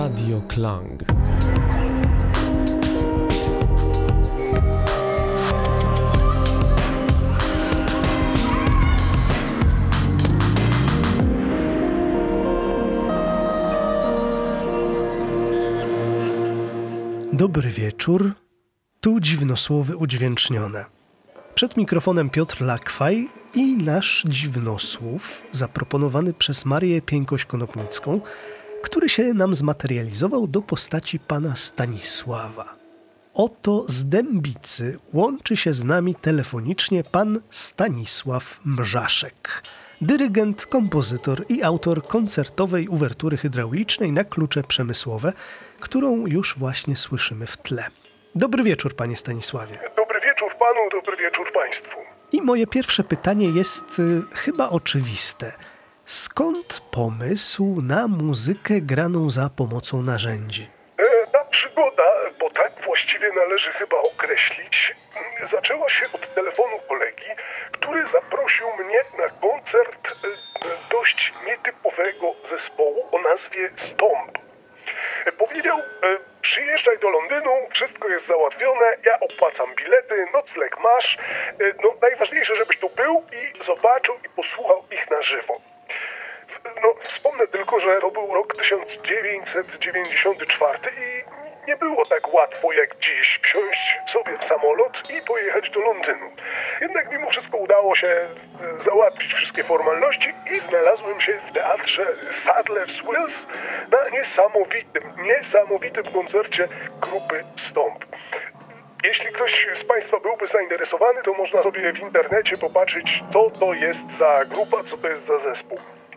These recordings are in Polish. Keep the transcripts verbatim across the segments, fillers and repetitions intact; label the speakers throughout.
Speaker 1: Radio Klang.
Speaker 2: Dobry wieczór, tu dziwnosłowy udźwięcznione. Przed mikrofonem Piotr Lakwaj i nasz dziwnosłów zaproponowany przez Marię Pieńkoś-Konopnicką, który się nam zmaterializował do postaci pana Stanisława. Oto z Dębicy łączy się z nami telefonicznie pan Stanisław Mrzaszek, dyrygent, kompozytor i autor koncertowej uwertury hydraulicznej na klucze przemysłowe, którą już właśnie słyszymy w tle. Dobry wieczór, panie Stanisławie.
Speaker 3: Dobry wieczór panu, dobry wieczór państwu.
Speaker 2: I moje pierwsze pytanie jest y, chyba oczywiste. Skąd pomysł na muzykę graną za pomocą narzędzi?
Speaker 3: E, ta przygoda, bo tak właściwie należy chyba określić, zaczęła się od telefonu kolegi, który zaprosił mnie na koncert e, dość nietypowego zespołu o nazwie Stomp. E, powiedział, e, przyjeżdżaj do Londynu, wszystko jest załatwione, ja opłacam bilety, nocleg masz, e, no najważniejsze, żebyś tu był i zobaczył i posłuchał ich na żywo. No, wspomnę tylko, że to był rok tysiąc dziewięćset dziewięćdziesiąty czwarty i nie było tak łatwo jak dziś wsiąść sobie w samolot i pojechać do Londynu. Jednak mimo wszystko udało się załatwić wszystkie formalności i znalazłem się w teatrze Sadler's Wells na niesamowitym, niesamowitym koncercie grupy Stomp. Jeśli ktoś z państwa byłby zainteresowany, to można sobie w internecie popatrzeć, co to jest za grupa, co to jest za zespół.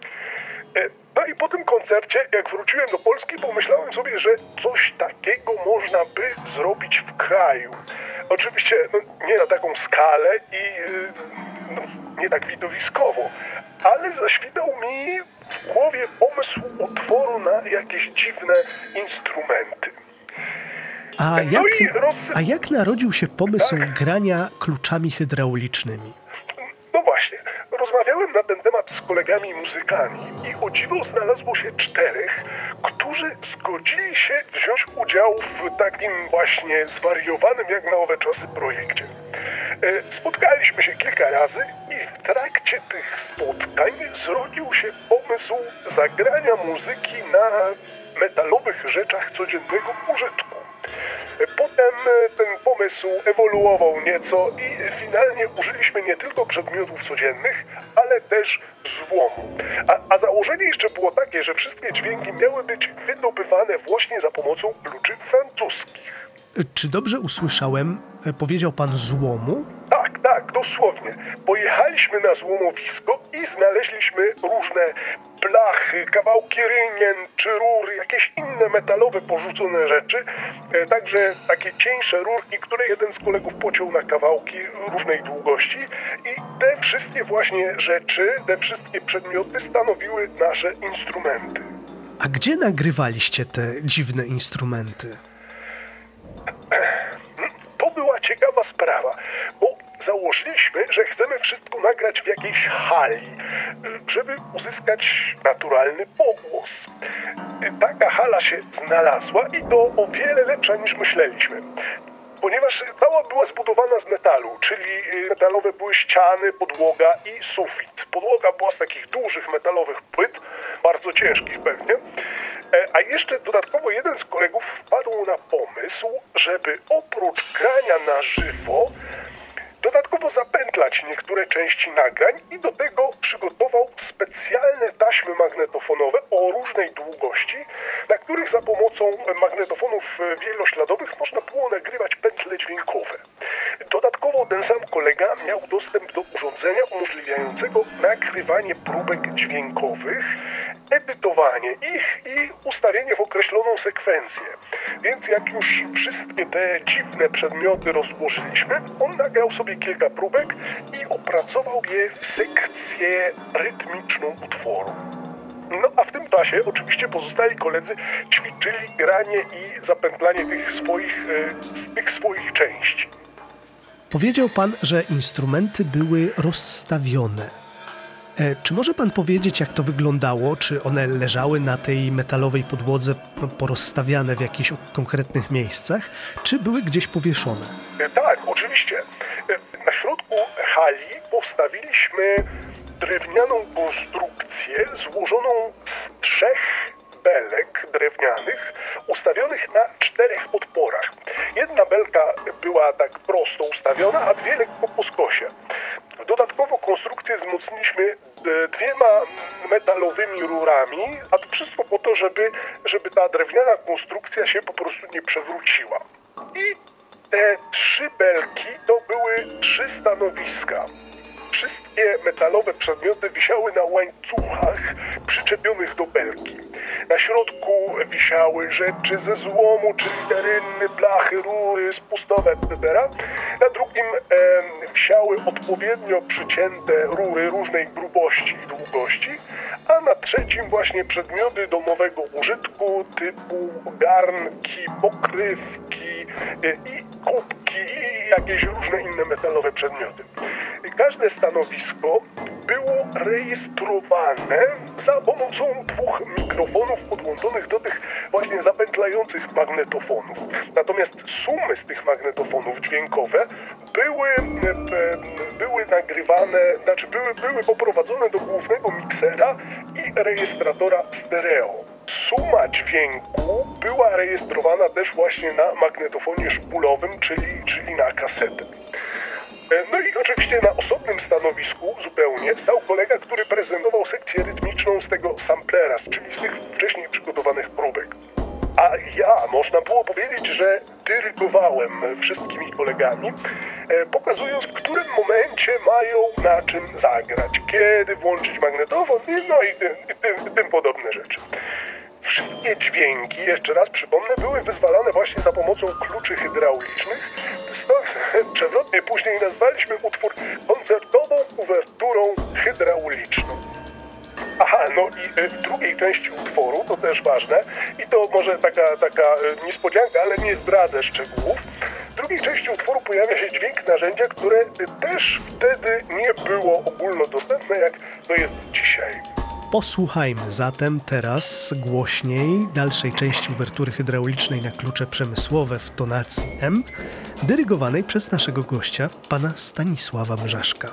Speaker 3: No i po tym koncercie, jak wróciłem do Polski, pomyślałem sobie, że coś takiego można by zrobić w kraju. Oczywiście no, nie na taką skalę i no, nie tak widowiskowo, ale zaświtał mi w głowie pomysł utworu na jakieś dziwne instrumenty.
Speaker 2: A,
Speaker 3: no
Speaker 2: jak,
Speaker 3: i roz...
Speaker 2: a jak narodził się pomysł
Speaker 3: tak?
Speaker 2: grania kluczami hydraulicznymi?
Speaker 3: No właśnie, rozmawiałem na ten temat z kolegami muzykami i o dziwo znalazło się czterech, którzy zgodzili się wziąć udział w takim właśnie zwariowanym jak na owe czasy projekcie. Spotkaliśmy się kilka razy i w trakcie tych spotkań zrodził się pomysł zagrania muzyki na metalowych rzeczach codziennego użytku. Potem ten pomysł ewoluował nieco i finalnie użyliśmy nie tylko przedmiotów codziennych, ale też złomu. A, a założenie jeszcze było takie, że wszystkie dźwięki miały być wydobywane właśnie za pomocą kluczy francuskich.
Speaker 2: Czy dobrze usłyszałem, powiedział pan złomu?
Speaker 3: Tak, tak, dosłownie. Pojechaliśmy na złomowisko i znaleźliśmy różne blachy, kawałki rynien czy rury, jakieś inne metalowe porzucone rzeczy. E, także takie cieńsze rurki, które jeden z kolegów pociął na kawałki różnej długości. I te wszystkie właśnie rzeczy, te wszystkie przedmioty stanowiły nasze instrumenty.
Speaker 2: A gdzie nagrywaliście te dziwne instrumenty?
Speaker 3: To była ciekawa sprawa, bo założyliśmy, że chcemy wszystko nagrać w jakiejś hali, żeby uzyskać naturalny pogłos. Taka hala się znalazła i to o wiele lepsza niż myśleliśmy. Ponieważ cała była zbudowana z metalu, czyli metalowe były ściany, podłoga i sufit. Podłoga była z takich dużych metalowych płyt, bardzo ciężkich pewnie. A jeszcze dodatkowo jeden z kolegów wpadł na pomysł, żeby oprócz grania na żywo dodatkowo zapętlać niektóre części nagrań i do tego przygotował specjalne taśmy magnetofonowe o różnej długości, na których za pomocą magnetofonów wielośladowych można było nagrywać pętle dźwiękowe. Dodatkowo ten sam kolega miał dostęp do urządzenia umożliwiającego nagrywanie próbek dźwiękowych, edytowanie ich i ustawienie w określoną sekwencję. Więc jak już wszystkie te dziwne przedmioty rozłożyliśmy, on nagrał sobie kilka próbek i opracował je w sekcję rytmiczną utworu. No a w tym czasie oczywiście pozostali koledzy ćwiczyli granie i zapętlanie tych swoich, e, tych swoich części.
Speaker 2: Powiedział pan, że instrumenty były rozstawione. E, czy może pan powiedzieć, jak to wyglądało? Czy one leżały na tej metalowej podłodze no, porozstawiane w jakichś konkretnych miejscach, czy były gdzieś powieszone?
Speaker 3: E, Tak, oczywiście. E, Na środku hali postawiliśmy drewnianą konstrukcję złożoną z trzech belek drewnianych ustawionych na czterech podporach. Jedna belka była tak prosto ustawiona, a dwie lekko po skosie. Dodatkowo konstrukcję wzmocniliśmy e, dwiema metalowymi rurami, a to wszystko po to, żeby, żeby ta drewniana konstrukcja się po prostu nie przewróciła. I te trzy belki to były trzy stanowiska. Wszystkie metalowe przedmioty wisiały na łańcuchach przyczepionych do belki. Na środku wisiały rzeczy ze złomu, czyli sterynny, blachy, rury, spustowe, et cetera. Na drugim e, wisiały odpowiednio przycięte rury różnej grubości i długości, a na trzecim właśnie przedmioty domowego użytku typu garnki, pokrywki e, i kubki i jakieś różne inne metalowe przedmioty. Każde stanowisko było rejestrowane za pomocą dwóch mikrofonów podłączonych do tych właśnie zapętlających magnetofonów. Natomiast sumy z tych magnetofonów dźwiękowe były, e, były nagrywane, znaczy były, były poprowadzone do głównego miksera i rejestratora stereo. Suma dźwięku była rejestrowana też właśnie na magnetofonie szpulowym, czyli, czyli na kasetę. No i oczywiście na osobnym stanowisku zupełnie stał kolega, który prezentował sekcję rytmiczną z tego samplera, czyli z tych wcześniej przygotowanych próbek. A ja, można było powiedzieć, że dyrygowałem wszystkimi kolegami, e, pokazując, w którym momencie mają na czym zagrać, kiedy włączyć magnetofon, no i tym, i tym, i tym podobne rzeczy. Wszystkie dźwięki, jeszcze raz przypomnę, były wyzwalane właśnie za pomocą kluczy hydraulicznych. Stąd przewrotnie później nazwaliśmy utwór koncertową uwerturą hydrauliczną. Aha, no i w drugiej części utworu, to też ważne, i to może taka, taka niespodzianka, ale nie zdradzę szczegółów. W drugiej części utworu pojawia się dźwięk narzędzia, które też wtedy nie było ogólnodostępne, jak to jest dzisiaj.
Speaker 2: Posłuchajmy zatem teraz głośniej dalszej części uwertury hydraulicznej na klucze przemysłowe w tonacji M, dyrygowanej przez naszego gościa, pana Stanisława Brzaszka.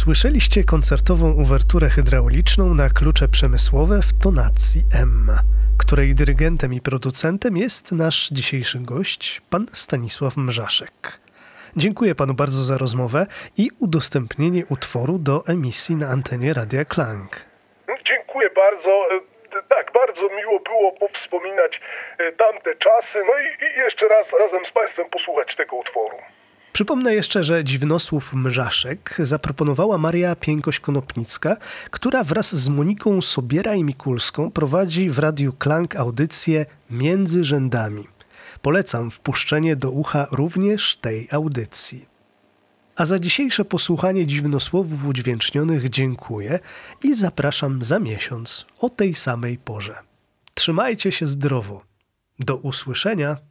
Speaker 2: Usłyszeliście koncertową uwerturę hydrauliczną na klucze przemysłowe w tonacji M, której dyrygentem i producentem jest nasz dzisiejszy gość, pan Stanisław Mrzaszek. Dziękuję panu bardzo za rozmowę i udostępnienie utworu do emisji na antenie Radia Klang.
Speaker 3: Dziękuję bardzo. Tak, bardzo miło było powspominać tamte czasy, no i, i jeszcze raz razem z państwem posłuchać tego utworu.
Speaker 2: Przypomnę jeszcze, że Dziwnosłów Mrzaszek zaproponowała Maria Piękoś-Konopnicka, która wraz z Moniką Sobiera i Mikulską prowadzi w Radiu Klang audycję Między Rzędami. Polecam wpuszczenie do ucha również tej audycji. A za dzisiejsze posłuchanie dziwnosłowów udźwięcznionych dziękuję i zapraszam za miesiąc o tej samej porze. Trzymajcie się zdrowo. Do usłyszenia.